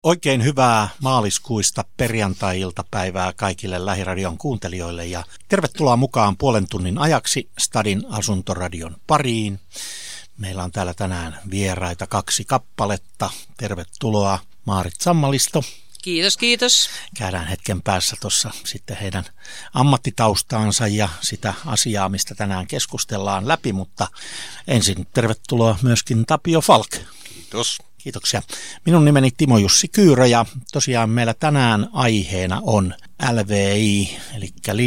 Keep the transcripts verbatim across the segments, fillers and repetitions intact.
Oikein hyvää maaliskuista perjantai-iltapäivää kaikille Lähiradion kuuntelijoille ja tervetuloa mukaan puolen tunnin ajaksi Stadin asuntoradion pariin. Meillä on täällä tänään vieraita kaksi kappaletta. Tervetuloa Maarit Sammalisto. Kiitos, kiitos. Käydään hetken päässä tuossa sitten heidän ammattitaustaansa ja sitä asiaa, mistä tänään keskustellaan läpi, mutta ensin tervetuloa myöskin Tapio Falk. Kiitos. Kiitoksia. Minun nimeni Timo Jussi Kyyrö ja tosiaan meillä tänään aiheena on L V I, eli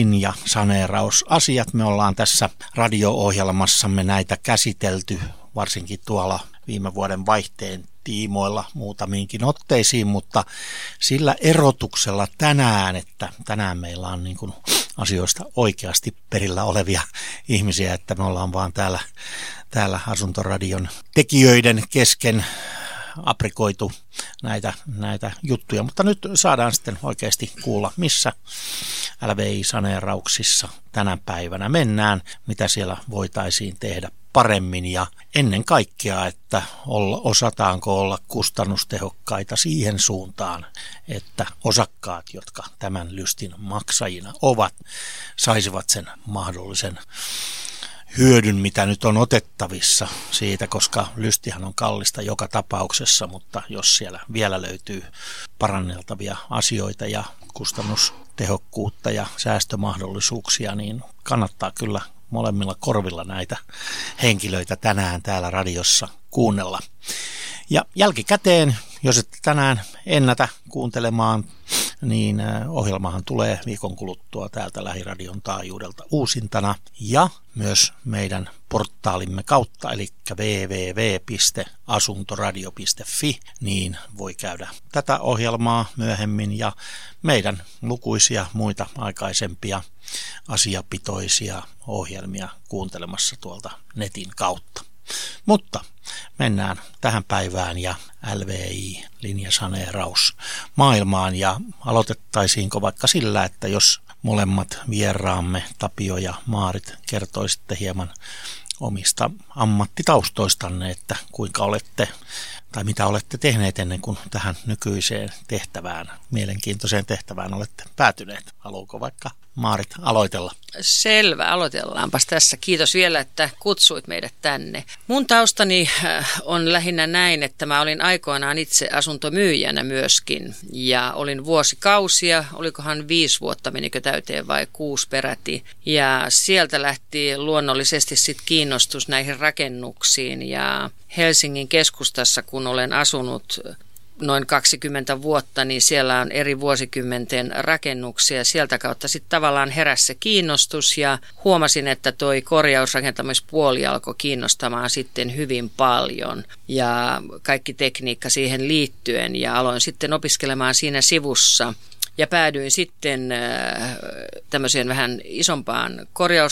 linjasaneerausasiat. Me ollaan tässä radio-ohjelmassamme näitä käsitelty varsinkin tuolla viime vuoden vaihteen tiimoilla muutamiinkin otteisiin, mutta sillä erotuksella tänään, että tänään meillä on niin kuin asioista oikeasti perillä olevia ihmisiä, että me ollaan vaan täällä, täällä asuntoradion tekijöiden kesken aprikoitu näitä, näitä juttuja, mutta nyt saadaan sitten oikeasti kuulla, missä L V I-saneerauksissa tänä päivänä mennään, mitä siellä voitaisiin tehdä paremmin ja ennen kaikkea, että olla, osataanko olla kustannustehokkaita siihen suuntaan, että osakkaat, jotka tämän lystin maksajina ovat, saisivat sen mahdollisen hyödyn, mitä nyt on otettavissa siitä, koska lystihän on kallista joka tapauksessa, mutta jos siellä vielä löytyy paranneltavia asioita ja kustannustehokkuutta ja säästömahdollisuuksia, niin kannattaa kyllä molemmilla korvilla näitä henkilöitä tänään täällä radiossa kuunnella. Ja jälkikäteen, jos ette tänään ennätä kuuntelemaan, niin ohjelmahan tulee viikon kuluttua täältä Lähiradion taajuudelta uusintana ja myös meidän portaalimme kautta, eli double-u double-u double-u piste asuntoradio piste fi, niin voi käydä tätä ohjelmaa myöhemmin ja meidän lukuisia muita aikaisempia asiapitoisia ohjelmia kuuntelemassa tuolta netin kautta. Mutta mennään tähän päivään ja L V I-linjasaneeraus maailmaan ja aloitettaisiinko vaikka sillä, että jos molemmat vieraamme Tapio ja Maarit kertoisitte hieman omista ammattitaustoistanne, että kuinka olette tai mitä olette tehneet ennen kuin tähän nykyiseen tehtävään, mielenkiintoiseen tehtävään olette päätyneet. Haluuko vaikka Maarit aloitella? Selvä, aloitellaanpas tässä. Kiitos vielä, että kutsuit meidät tänne. Mun taustani on lähinnä näin, että mä olin aikoinaan itse asuntomyyjänä myöskin ja olin vuosikausia, olikohan viisi vuotta menikö täyteen vai kuusi peräti. Ja sieltä lähti luonnollisesti sitten kiinnostus näihin rakennuksiin ja Helsingin keskustassa, kun olen asunut noin kaksikymmentä vuotta, niin siellä on eri vuosikymmenten rakennuksia. Sieltä kautta sitten tavallaan heräsi se kiinnostus ja huomasin, että toi korjausrakentamispuoli alkoi kiinnostamaan sitten hyvin paljon ja kaikki tekniikka siihen liittyen ja aloin sitten opiskelemaan siinä sivussa. Ja päädyin sitten tämmöiseen vähän isompaan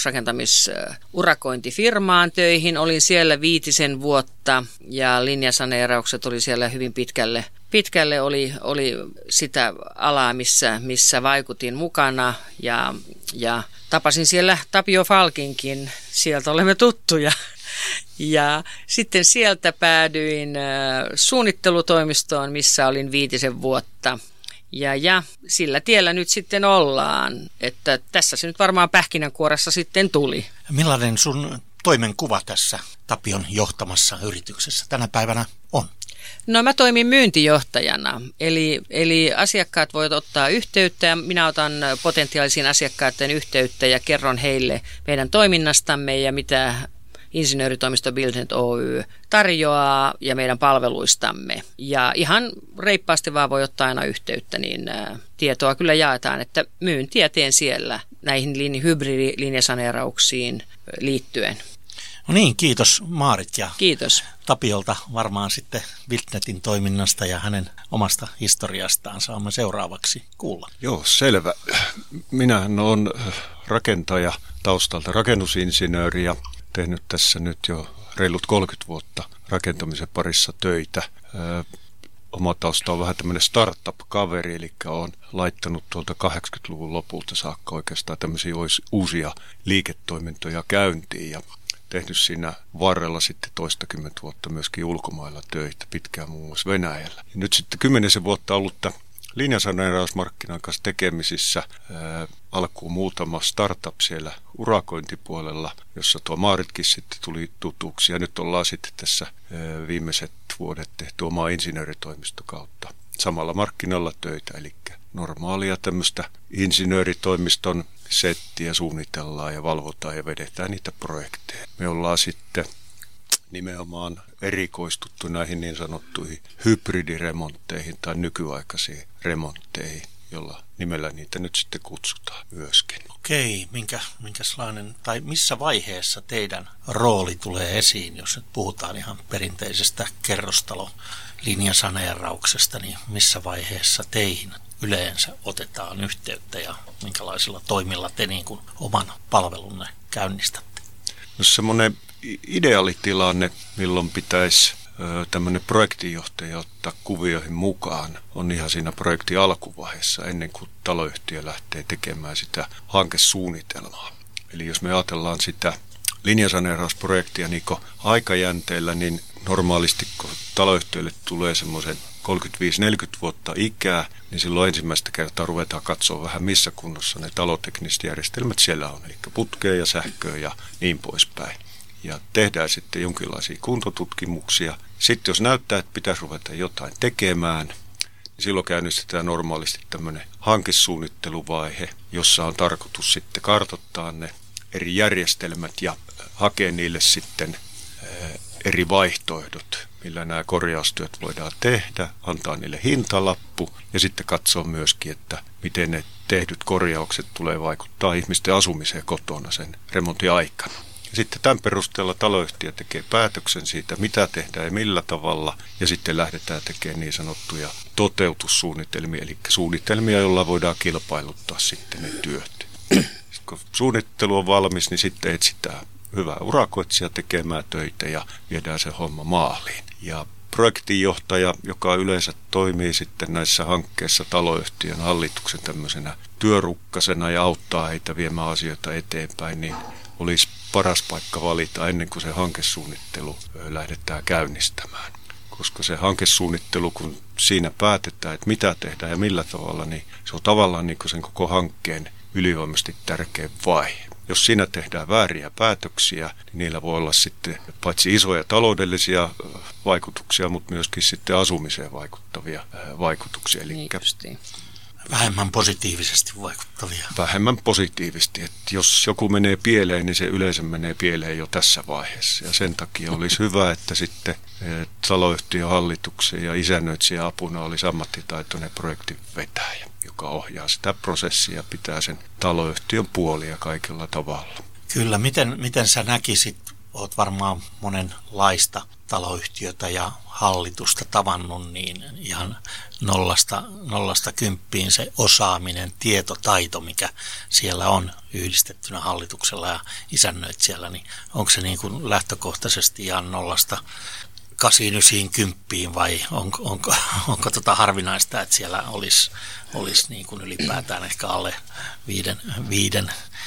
korjausrakentamisurakointifirmaan töihin. Olin siellä viitisen vuotta ja linjasaneeraukset oli siellä hyvin pitkälle. Pitkälle oli, oli sitä alaa, missä, missä vaikutin mukana ja, ja tapasin siellä Tapio Falkinkin. Sieltä olemme tuttuja. Ja sitten sieltä päädyin suunnittelutoimistoon, missä olin viitisen vuotta. Ja, ja sillä tiellä nyt sitten ollaan, että tässä se nyt varmaan pähkinänkuoressa sitten tuli. Millainen sun toimenkuva tässä Tapion johtamassa yrityksessä tänä päivänä on? No mä toimin myyntijohtajana, eli, eli asiakkaat voivat ottaa yhteyttä ja minä otan potentiaalisiin asiakkaiden yhteyttä ja kerron heille meidän toiminnastamme ja mitä Insinööritoimisto Buildnet Oy tarjoaa ja meidän palveluistamme. Ja ihan reippaasti vaan voi ottaa aina yhteyttä, niin ää, tietoa kyllä jaetaan, että myyn tieteen siellä näihin lin- hybridilinjasaneerauksiin liittyen. No niin, kiitos Maarit ja kiitos. Tapiolta varmaan sitten Buildnetin toiminnasta ja hänen omasta historiastaan saamme seuraavaksi kuulla. Joo, selvä. Minähän olen rakentaja taustalta, rakennusinsinööri ja tehnyt tässä nyt jo reilut kolmekymmentä vuotta rakentamisen parissa töitä. Ö, oma tausta on vähän tämmöinen startup-kaveri, eli olen laittanut tuolta kahdeksankymmentäluvun lopulta saakka oikeastaan tämmöisiä uusia liiketoimintoja käyntiin. Ja tehnyt siinä varrella sitten toistakymmentä vuotta myöskin ulkomailla töitä, pitkään muun muassa Venäjällä. Ja nyt sitten kymmenisen vuotta ollut linjasaneerausmarkkinan kanssa tekemisissä. Ää, alkuun muutama startup siellä urakointipuolella, jossa tuo Maaritkin sitten tuli tutuksi. Ja nyt ollaan sitten tässä ää, viimeiset vuodet tehty omaa insinööritoimistokautta samalla markkinalla töitä, eli normaalia tämmöistä insinööritoimiston settiä suunnitellaan ja valvotaan ja vedetään niitä projekteja. Me ollaan sitten nimenomaan erikoistuttu näihin niin sanottuihin hybridiremontteihin tai nykyaikaisiin remontteihin, jolla nimellä niitä nyt sitten kutsutaan myöskin. Okei, minkä, minkälainen tai missä vaiheessa teidän rooli tulee esiin, jos nyt puhutaan ihan perinteisestä kerrostalolinjasaneerauksesta, niin missä vaiheessa teihin yleensä otetaan yhteyttä ja minkälaisilla toimilla te niin kuin oman palvelunne käynnistätte? No semmoinen ideaalitilanne, milloin pitäisi tämmöinen projektinjohtaja ottaa kuvioihin mukaan, on ihan siinä projektin alkuvaiheessa ennen kuin taloyhtiö lähtee tekemään sitä hankesuunnitelmaa. Eli jos me ajatellaan sitä linjasaneerausprojektia niin aikajänteellä, niin normaalisti kun taloyhtiölle tulee semmoisen kolmekymmentäviisi neljäkymmentä vuotta ikää, niin silloin ensimmäistä kertaa ruvetaan katsoa vähän missä kunnossa ne talotekniset järjestelmät siellä on, eli putkea ja sähköä ja niin poispäin. Ja tehdään sitten jonkinlaisia kuntotutkimuksia. Sitten jos näyttää, että pitäisi ruveta jotain tekemään, niin silloin käynnistetään normaalisti tämmöinen hankesuunnitteluvaihe, jossa on tarkoitus sitten kartoittaa ne eri järjestelmät ja hakea niille sitten eri vaihtoehdot, millä nämä korjaustyöt voidaan tehdä, antaa niille hintalappu ja sitten katsoa myöskin, että miten ne tehdyt korjaukset tulee vaikuttaa ihmisten asumiseen kotona sen remontin aikana. Ja sitten tämän perusteella taloyhtiö tekee päätöksen siitä, mitä tehdään ja millä tavalla, ja sitten lähdetään tekemään niin sanottuja toteutussuunnitelmia, eli suunnitelmia, joilla voidaan kilpailuttaa sitten ne työt. Sitten kun suunnittelu on valmis, niin sitten etsitään hyvää urakoitsija tekemään töitä ja viedään se homma maaliin. Ja projektinjohtaja, joka yleensä toimii sitten näissä hankkeissa taloyhtiön hallituksen tämmöisenä työrukkasena ja auttaa heitä viemään asioita eteenpäin, niin olisi paras paikka valita ennen kuin se hankesuunnittelu lähdetään käynnistämään. Koska se hankesuunnittelu, kun siinä päätetään, että mitä tehdään ja millä tavalla, niin se on tavallaan niin kuin sen koko hankkeen ylivoimaisesti tärkein vaihe. Jos siinä tehdään vääriä päätöksiä, niin niillä voi olla sitten paitsi isoja taloudellisia vaikutuksia, mutta myöskin sitten asumiseen vaikuttavia vaikutuksia. Eli niin vähemmän positiivisesti vaikuttavia. Vähemmän positiivisesti. Että jos joku menee pieleen, niin se yleensä menee pieleen jo tässä vaiheessa. Ja sen takia olisi hyvä, että sitten taloyhtiön hallituksen ja isännöitsijän apuna olisi ammattitaitoinen projektin vetäjä, joka ohjaa sitä prosessia ja pitää sen taloyhtiön puolia kaikilla tavalla. Kyllä, miten, miten sä näkisit, oot varmaan monenlaista taloyhtiötä ja hallitusta tavannut, niin ihan nollasta, nollasta kymppiin se osaaminen, tietotaito, mikä siellä on yhdistettynä hallituksella ja isännöitsijällä, niin onko se niin kuin lähtökohtaisesti ihan nollasta kasiin, ysiin, kymppiin vai onko, onko, onko tota harvinaista, että siellä olisi, olisi niin kuin ylipäätään ehkä alle viiden, viiden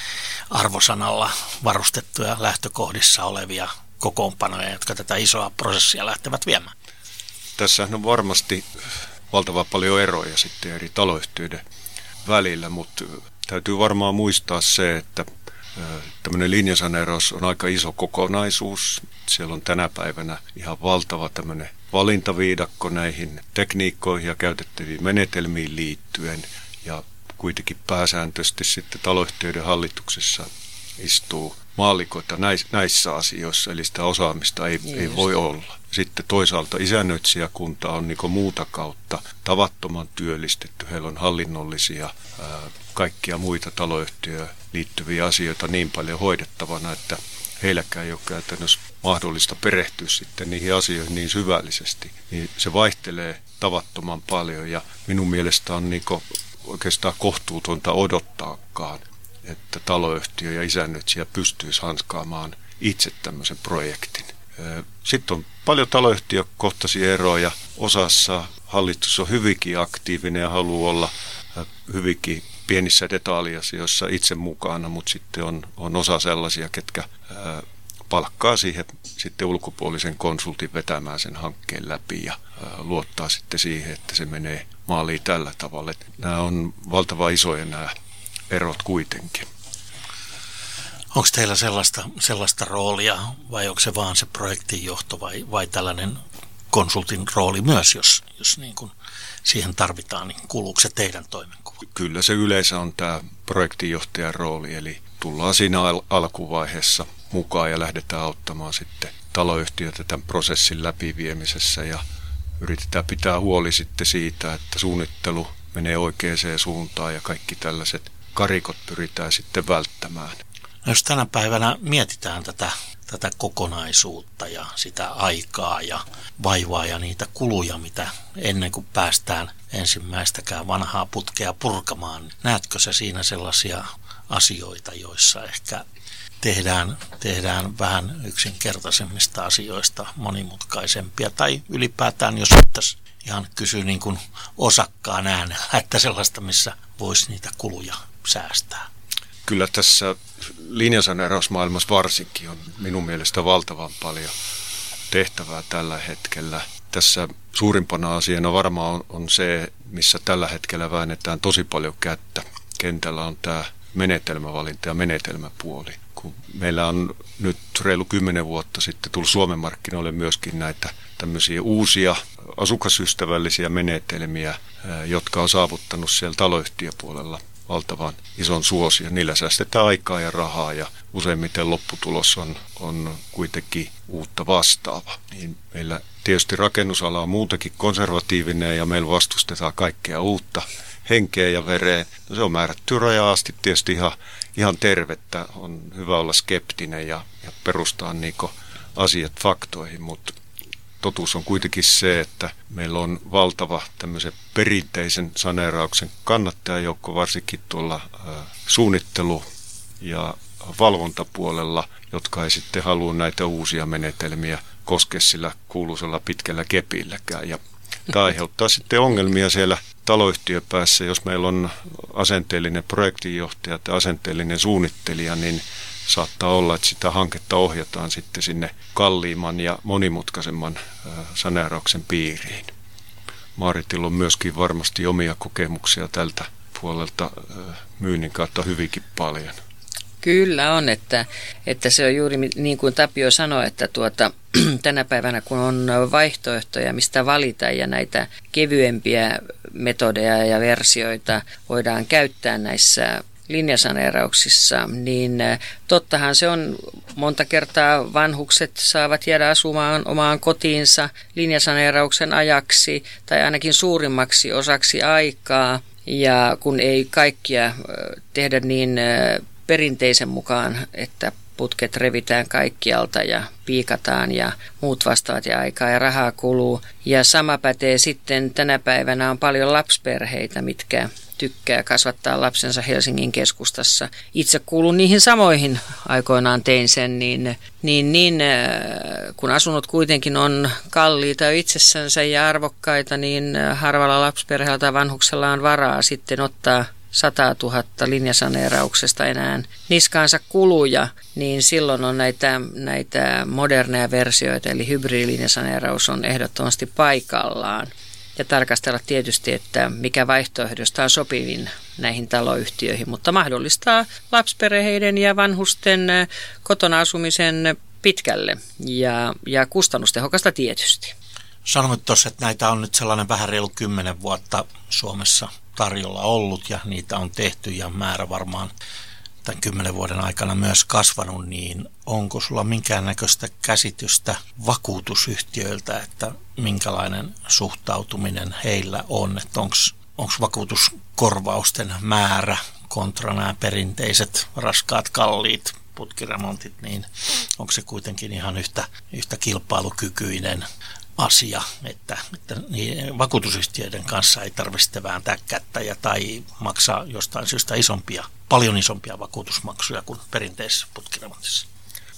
arvosanalla varustettuja lähtökohdissa olevia kokoonpanoja, jotka tätä isoa prosessia lähtevät viemään? Tässä on varmasti valtavan paljon eroja sitten eri taloyhtiöiden välillä, mutta täytyy varmaan muistaa se, että tämmöinen linjasaneeraus on aika iso kokonaisuus. Siellä on tänä päivänä ihan valtava tämmöinen valintaviidakko näihin tekniikkoihin ja käytettäviin menetelmiin liittyen. Ja kuitenkin pääsääntöisesti sitten taloyhtiöiden hallituksessa istuu maallikoita näissä asioissa, eli sitä osaamista ei, ei voi olla. Sitten toisaalta isännöitsijäkunta on niin kuin muuta kautta tavattoman työllistetty. Heillä on hallinnollisia ää, kaikkia muita taloyhtiöön liittyviä asioita niin paljon hoidettavana, että heilläkään ei ole käytännössä mahdollista perehtyä sitten niihin asioihin niin syvällisesti. Niin se vaihtelee tavattoman paljon ja minun mielestä on niin kuin oikeastaan kohtuutonta odottaakaan, että taloyhtiö ja isännöitsijä pystyisi hanskaamaan itse tämmöisen projektin. Sitten on paljon taloyhtiökohtaisia eroja. Osassa hallitus on hyvinkin aktiivinen ja haluaa olla hyvinkin pienissä detaljiasioissa itse mukana, mutta sitten on, on osa sellaisia, ketkä palkkaa siihen sitten ulkopuolisen konsultin vetämään sen hankkeen läpi ja luottaa sitten siihen, että se menee maaliin tällä tavalla. Että nämä on valtavan isoja nämä erot kuitenkin. Onko teillä sellaista, sellaista roolia vai onko se vaan se projektinjohto vai, vai tällainen konsultin rooli myös, jos, jos niin kuin siihen tarvitaan, niin kuuluuko se teidän toimenkuva? Kyllä se yleensä on tämä projektinjohtajan rooli, eli tullaan siinä al- alkuvaiheessa mukaan ja lähdetään auttamaan sitten taloyhtiötä tämän prosessin läpiviemisessä ja yritetään pitää huoli sitten siitä, että suunnittelu menee oikeaan suuntaan ja kaikki tällaiset karikot pyritään sitten välttämään. No jos tänä päivänä mietitään tätä, tätä kokonaisuutta ja sitä aikaa ja vaivaa ja niitä kuluja, mitä ennen kuin päästään ensimmäistäkään vanhaa putkea purkamaan, niin näetkö sä siinä sellaisia asioita, joissa ehkä tehdään, tehdään vähän yksinkertaisemmista asioista monimutkaisempia tai ylipäätään, jos pitäisi ihan kysyä niin kuin osakkaan äänellä, että sellaista, missä voisi niitä kuluja säästää? Kyllä tässä linjasaneerausmaailmassa varsinkin on minun mielestä valtavan paljon tehtävää tällä hetkellä. Tässä suurimpana asiana varmaan on, on se, missä tällä hetkellä väännetään tosi paljon kättä. Kentällä on tämä menetelmävalinta ja menetelmäpuoli. Kun meillä on nyt reilu kymmenen vuotta sitten tullut Suomen markkinoille myöskin näitä tämmöisiä uusia asukasystävällisiä menetelmiä, jotka on saavuttanut siellä taloyhtiöpuolella valtavan ison suosion. Niillä säästetään aikaa ja rahaa ja useimmiten lopputulos on, on kuitenkin uutta vastaava. Niin meillä tietysti rakennusala on muutakin konservatiivinen ja meillä vastustetaan kaikkea uutta henkeä ja vereen. No se on määrätty rajaa asti tietysti ihan, ihan tervettä. On hyvä olla skeptinen ja, ja perustaa niinku asiat faktoihin, mutta totuus on kuitenkin se, että meillä on valtava tämmöisen perinteisen saneerauksen kannattajajoukko, varsinkin tuolla suunnittelu- ja valvontapuolella, jotka ei sitten halua näitä uusia menetelmiä koskea sillä kuuluisella pitkällä kepilläkään. Ja tämä aiheuttaa sitten ongelmia siellä taloyhtiöpäässä, jos meillä on asenteellinen projektinjohtaja tai asenteellinen suunnittelija, niin saattaa olla, että sitä hanketta ohjataan sitten sinne kalliimman ja monimutkaisemman saneerauksen piiriin. Maaritilla on myöskin varmasti omia kokemuksia tältä puolelta myynnin kautta hyvinkin paljon. Kyllä on, että, että se on juuri niin kuin Tapio sanoi, että tuota, tänä päivänä kun on vaihtoehtoja, mistä valita ja näitä kevyempiä metodeja ja versioita voidaan käyttää näissä linjasaneerauksissa, niin tottahan se on monta kertaa vanhukset saavat jäädä asumaan omaan kotiinsa linjasaneerauksen ajaksi tai ainakin suurimmaksi osaksi aikaa ja kun ei kaikkia tehdä niin perinteisen mukaan, että putket revitään kaikkialta ja piikataan ja muut vastaavat ja aikaa ja rahaa kuluu. Ja sama pätee sitten tänä päivänä on paljon lapsiperheitä, mitkä tykkää kasvattaa lapsensa Helsingin keskustassa. Itse kuulun niihin samoihin, aikoinaan tein sen, niin, niin, niin kun asunnot kuitenkin on kalliita itsessänsä ja arvokkaita, niin harvalla lapsiperheellä tai vanhuksella on varaa sitten ottaa sata tuhatta linjasaneerauksesta enää niskaansa kuluja, niin silloin on näitä, näitä moderneja versioita, eli hybridilinjasaneeraus on ehdottomasti paikallaan. Ja tarkastella tietysti, että mikä vaihtoehdosta on sopivin näihin taloyhtiöihin, mutta mahdollistaa lapsiperheiden ja vanhusten kotona asumisen pitkälle ja, ja kustannustehokasta tietysti. Sanoit tuossa, että näitä on nyt sellainen vähän reilu kymmenen vuotta Suomessa tarjolla ollut ja niitä on tehty ja määrä varmaan tämän kymmenen vuoden aikana myös kasvanut, niin onko sulla minkäännäköistä käsitystä vakuutusyhtiöiltä, että minkälainen suhtautuminen heillä on, että onko vakuutuskorvausten määrä kontra nämä perinteiset raskaat kalliit putkiremontit, niin onko se kuitenkin ihan yhtä, yhtä kilpailukykyinen asia, että, että niin vakuutusyhtiöiden kanssa ei tarvitse vääntää kättä ja tai maksaa jostain syystä isompia, paljon isompia vakuutusmaksuja kuin perinteisessä putkiremontissa.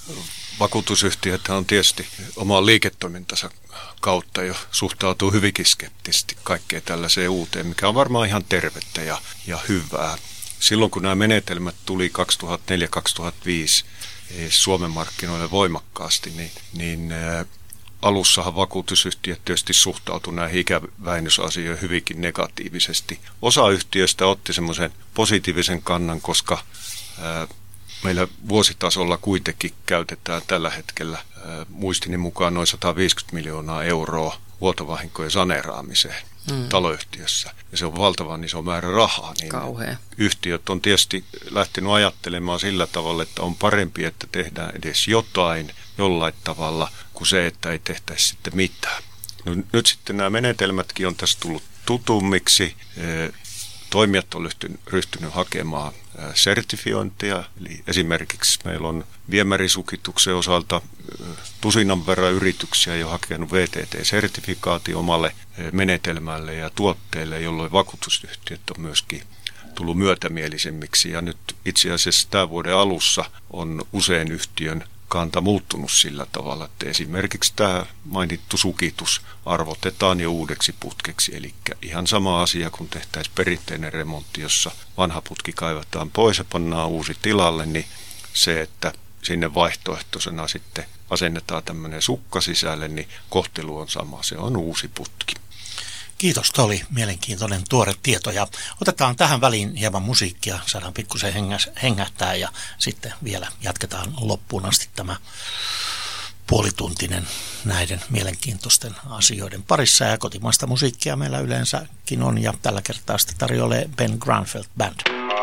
Vakuutusyhtiöt on tietysti oman liiketoimintansa kautta jo suhtautuu hyvinkin skeptisesti kaikkeen tällaiseen uuteen, mikä on varmaan ihan tervettä ja, ja hyvää. Silloin kun nämä menetelmät tuli kaksituhattaneljä kaksituhattaviisi Suomen markkinoille voimakkaasti, niin, niin alussahan vakuutusyhtiöt tietysti suhtautui näihin ikävähennysasioihin hyvinkin negatiivisesti. Osa yhtiöistä otti semmoisen positiivisen kannan, koska ää, meillä vuositasolla kuitenkin käytetään tällä hetkellä ää, muistini mukaan noin sata viisikymmentä miljoonaa euroa vuotovahinkojen saneeraamiseen mm. taloyhtiössä. Ja se on valtavan iso määrä rahaa. Niin kauhea. Yhtiöt on tietysti lähtenyt ajattelemaan sillä tavalla, että on parempi, että tehdään edes jotain jollain tavalla, kuin se, että ei tehtäisi sitten mitään. No, nyt sitten nämä menetelmätkin on tässä tullut tutummiksi. Toimijat on ryhtynyt, ryhtynyt hakemaan sertifiointia, eli esimerkiksi meillä on viemärisukituksen osalta tusinan verran yrityksiä jo hakenut V T T-sertifikaati omalle menetelmälle ja tuotteelle, jolloin vakuutusyhtiöt on myöskin tullut myötämielisemmiksi. Ja nyt itse asiassa tämän vuoden alussa on usein yhtiön kanta muuttunut sillä tavalla, että esimerkiksi tämä mainittu sukitus arvotetaan jo uudeksi putkeksi. Eli ihan sama asia kuin tehtäisiin perinteinen remontti, jossa vanha putki kaivataan pois ja pannaan uusi tilalle, niin se, että sinne vaihtoehtoisena sitten asennetaan tämmöinen sukka sisälle, niin kohtelu on sama, se on uusi putki. Kiitos, tämä oli mielenkiintoinen tuore tieto ja otetaan tähän väliin hieman musiikkia, saadaan pikkusen hengähtää ja sitten vielä jatketaan loppuun asti tämä puolituntinen näiden mielenkiintoisten asioiden parissa ja kotimaista musiikkia meillä yleensäkin on ja tällä kertaa sitä tarjoilee Ben Granfeld Band.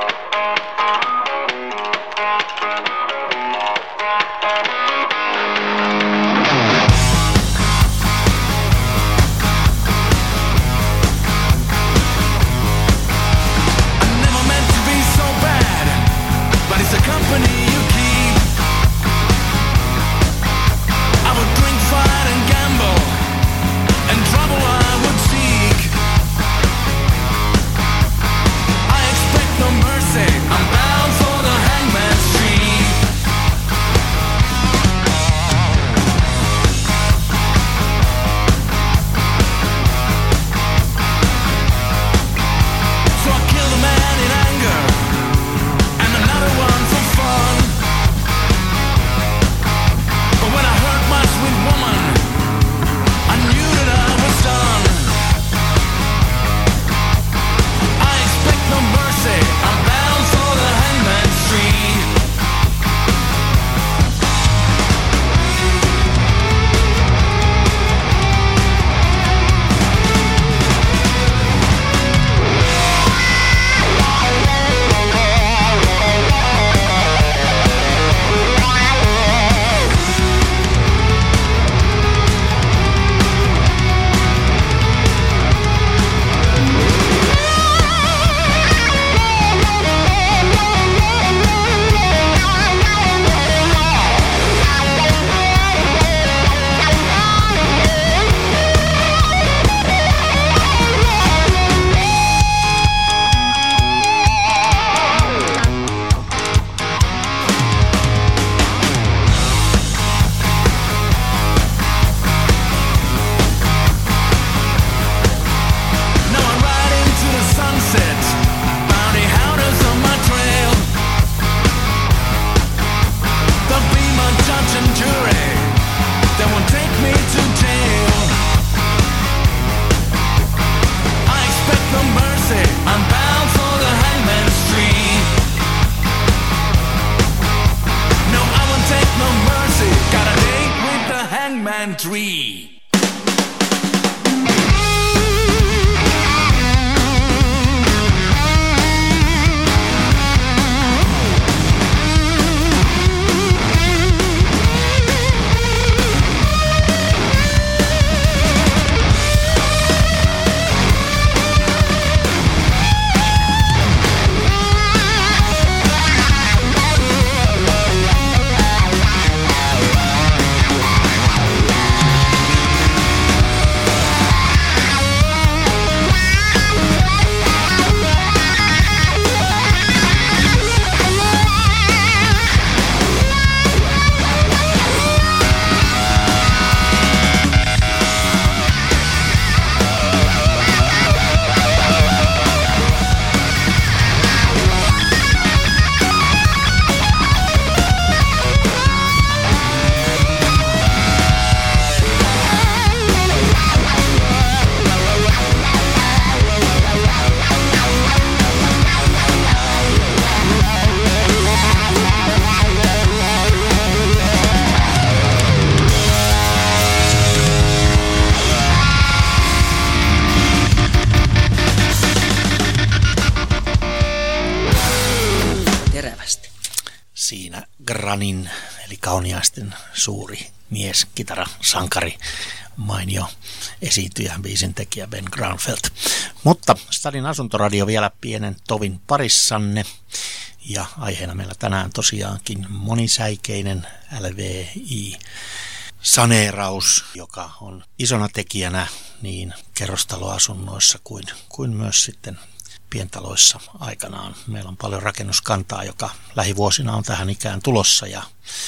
Tree. Runnin, eli Kauniaisten suuri mies, kitarasankari, mainio esiintyjä, biisintekijä Ben Granfeldt. Mutta Stadin asuntoradio vielä pienen tovin parissanne. Ja aiheena meillä tänään tosiaankin monisäikeinen L V I-saneeraus, joka on isona tekijänä niin kerrostaloasunnoissa kuin, kuin myös sitten pientaloissa aikanaan. Meillä on paljon rakennuskantaa, joka lähivuosina on tähän ikään tulossa, ja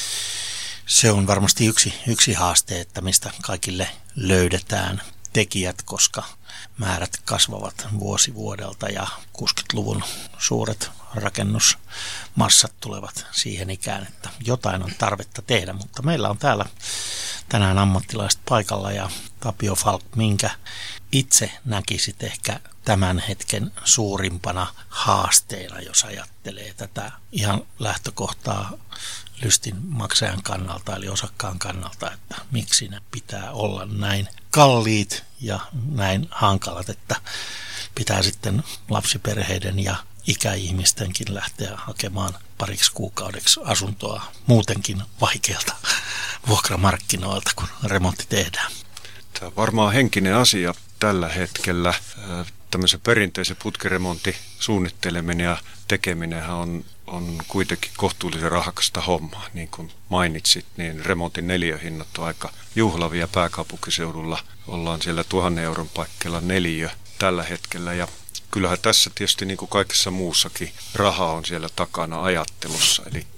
se on varmasti yksi, yksi haaste, että mistä kaikille löydetään tekijät, koska määrät kasvavat vuosi vuodelta ja kuusikymmentäluvun suuret rakennusmassat tulevat siihen ikään, että jotain on tarvetta tehdä, mutta meillä on täällä tänään ammattilaiset paikalla, ja Tapio Falk, minkä itse näkisit ehkä tämän hetken suurimpana haasteena, jos ajattelee tätä ihan lähtökohtaa lystin maksajan kannalta eli osakkaan kannalta, että miksi ne pitää olla näin kalliit ja näin hankalat, että pitää sitten lapsiperheiden ja ikäihmistenkin lähteä hakemaan pariksi kuukaudeksi asuntoa muutenkin vaikealta vuokramarkkinoilta, kun remontti tehdään. Tämä on varmaan henkinen asia tällä hetkellä. Tämmöisen perinteisen putkiremontin suunnitteleminen ja tekeminen on, on kuitenkin kohtuullisen rahakasta hommaa. Niin kuin mainitsit, niin remontin neliöhinnat on aika juhlavia pääkaupunkiseudulla. Ollaan siellä tuhannen euron paikkeilla neliö tällä hetkellä, ja kyllähän tässä tietysti niin kuin kaikessa muussakin raha on siellä takana ajattelussa. Eli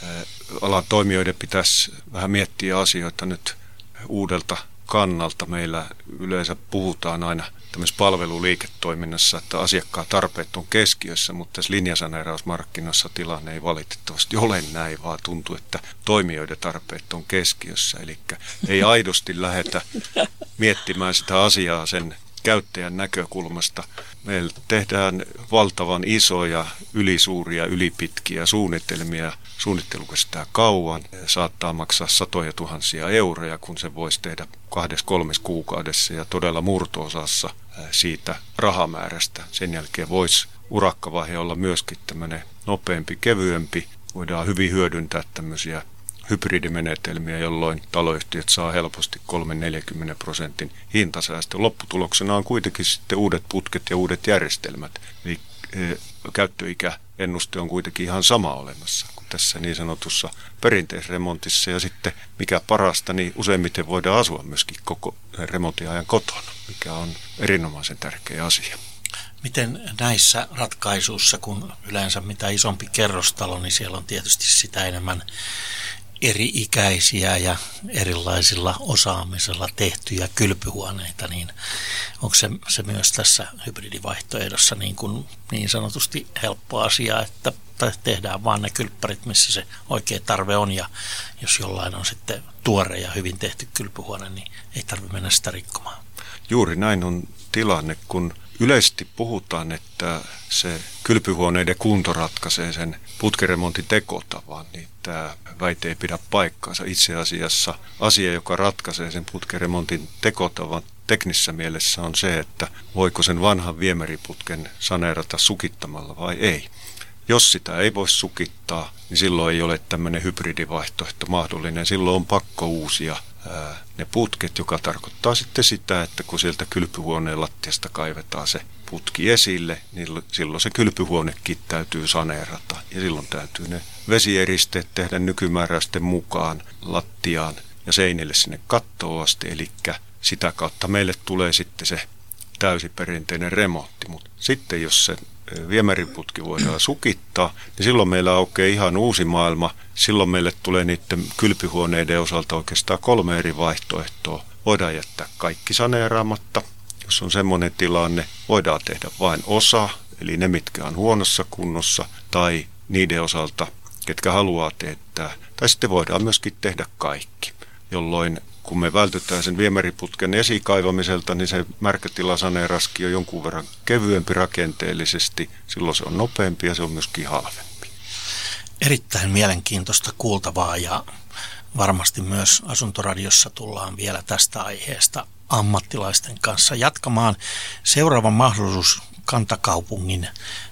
alan toimijoiden pitäisi vähän miettiä asioita nyt uudelta kannalta. Meillä yleensä puhutaan aina tämmöisessä palveluliiketoiminnassa, että asiakkaan tarpeet on keskiössä, mutta tässä linjasaneerausmarkkinoissa tilanne ei valitettavasti ole näin, vaan tuntuu, että toimijoiden tarpeet on keskiössä. Eli ei aidosti lähdetä miettimään sitä asiaa sen käyttäjän näkökulmasta. Meillä tehdään valtavan isoja, ylisuuria, ylipitkiä suunnitelmia. Suunnittelu kestää kauan, saattaa maksaa satoja tuhansia euroja, kun se voisi tehdä kahdessa kolmessa kuukaudessa ja todella murto-osassa siitä rahamäärästä. Sen jälkeen voisi urakkavaihe olla myöskin tämmöinen nopeampi, kevyempi. Voidaan hyvin hyödyntää tämmöisiä hybridimenetelmiä, jolloin taloyhtiöt saa helposti kolmekymmentä neljäkymmentä prosentin hintasäästö. Lopputuloksena on kuitenkin sitten uudet putket ja uudet järjestelmät. Eli käyttöikäennuste on kuitenkin ihan sama olemassa kuin tässä niin sanotussa perinteisremontissa. Ja sitten mikä parasta, niin useimmiten voidaan asua myöskin koko remontin ajan kotona, mikä on erinomaisen tärkeä asia. Miten näissä ratkaisuissa, kun yleensä mitä isompi kerrostalo, niin siellä on tietysti sitä enemmän eri-ikäisiä ja erilaisilla osaamisella tehtyjä kylpyhuoneita, niin onko se, se myös tässä hybridivaihtoehdossa niin, kuin niin sanotusti helppo asia, että tehdään vaan ne kylppärit, missä se oikea tarve on, ja jos jollain on sitten tuore ja hyvin tehty kylpyhuone, niin ei tarvitse mennä sitä rikkomaan. Juuri näin on tilanne, kun yleisesti puhutaan, että se kylpyhuoneiden kunto ratkaisee sen putkiremontin tekotavan, niin tämä väite ei pidä paikkaansa. Itse asiassa asia, joka ratkaisee sen putkiremontin tekotavan teknisessä mielessä, on se, että voiko sen vanhan viemäriputken saneerata sukittamalla vai ei. Jos sitä ei voi sukittaa, niin silloin ei ole tämmöinen hybridivaihtoehto mahdollinen. Silloin on pakko uusia ää, ne putket, joka tarkoittaa sitten sitä, että kun sieltä kylpyhuoneen lattiasta kaivetaan se putki esille, niin silloin se kylpyhuonekin täytyy saneerata. Ja silloin täytyy ne vesieristeet tehdä nykymääräisten mukaan lattiaan ja seinille sinne kattoon asti. Eli sitä kautta meille tulee sitten se täysiperinteinen remontti. Mutta sitten jos se viemäriputki voidaan sukittaa, niin silloin meillä aukeaa ihan uusi maailma. Silloin meille tulee niiden kylpyhuoneiden osalta oikeastaan kolme eri vaihtoehtoa. Voidaan jättää kaikki saneeraamatta, jos on semmoinen tilanne. Voidaan tehdä vain osa, eli ne mitkä on huonossa kunnossa, tai niiden osalta, ketkä haluaa teettää. Tai sitten voidaan myöskin tehdä kaikki, jolloin kun me vältytään sen viemäriputken esikaivamiselta, niin se märkätilasaneeraskin on jonkun verran kevyempi rakenteellisesti. Silloin se on nopeampi ja se on myöskin halvempi. Erittäin mielenkiintoista kuultavaa, ja varmasti myös Asuntoradiossa tullaan vielä tästä aiheesta ammattilaisten kanssa jatkamaan. Seuraava mahdollisuus Kantakaupungin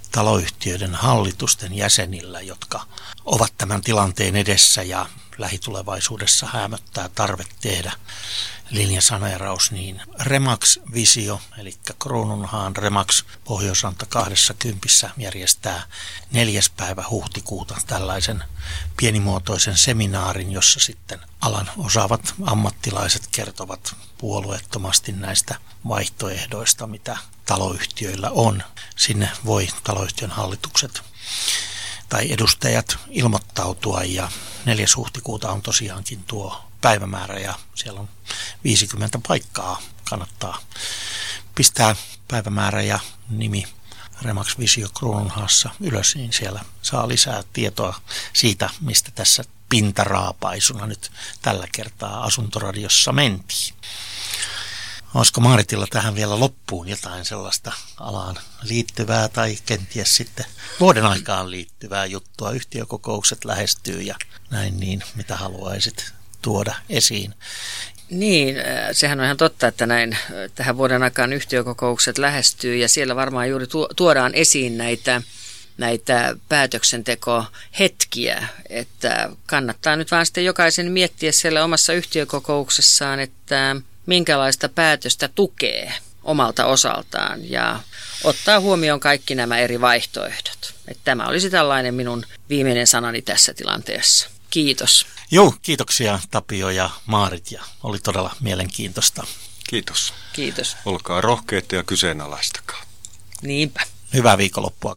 taloyhtiöiden hallitusten jäsenillä, jotka ovat tämän tilanteen edessä ja lähitulevaisuudessa häämöttää tarve tehdä linjasaneeraus, niin Remax Visio, eli Kruununhaan Remax Pohjoisranta kaksikymmentä järjestää neljäs päivä huhtikuuta tällaisen pienimuotoisen seminaarin, jossa sitten alan osaavat ammattilaiset kertovat puolueettomasti näistä vaihtoehdoista, mitä taloyhtiöillä on. Sinne voi taloyhtiön hallitukset tai edustajat ilmoittautua, ja neljäs huhtikuuta on tosiaankin tuo päivämäärä ja siellä on viisikymmentä paikkaa. Kannattaa pistää päivämäärä ja nimi Remax Visio Kruununhaassa ylös, niin siellä saa lisää tietoa siitä, mistä tässä pintaraapaisuna nyt tällä kertaa Asuntoradiossa mentiin. Olisiko Maaritilla tähän vielä loppuun jotain sellaista alaan liittyvää tai kenties sitten vuoden aikaan liittyvää juttua? Yhtiökokoukset lähestyy ja näin, niin mitä haluaisit tuoda esiin? Niin, sehän on ihan totta, että näin tähän vuoden aikaan yhtiökokoukset lähestyy ja siellä varmaan juuri tuodaan esiin näitä, näitä päätöksentekohetkiä, että kannattaa nyt vaan sitten jokaisen miettiä siellä omassa yhtiökokouksessaan, että minkälaista päätöstä tukee omalta osaltaan ja ottaa huomioon kaikki nämä eri vaihtoehdot. Että tämä olisi tällainen minun viimeinen sanani tässä tilanteessa. Kiitos. Joo, kiitoksia Tapio ja Maarit ja oli todella mielenkiintoista. Kiitos. Kiitos. Olkaa rohkeita ja kyseenalaistakaa. Niinpä. Hyvää viikonloppua.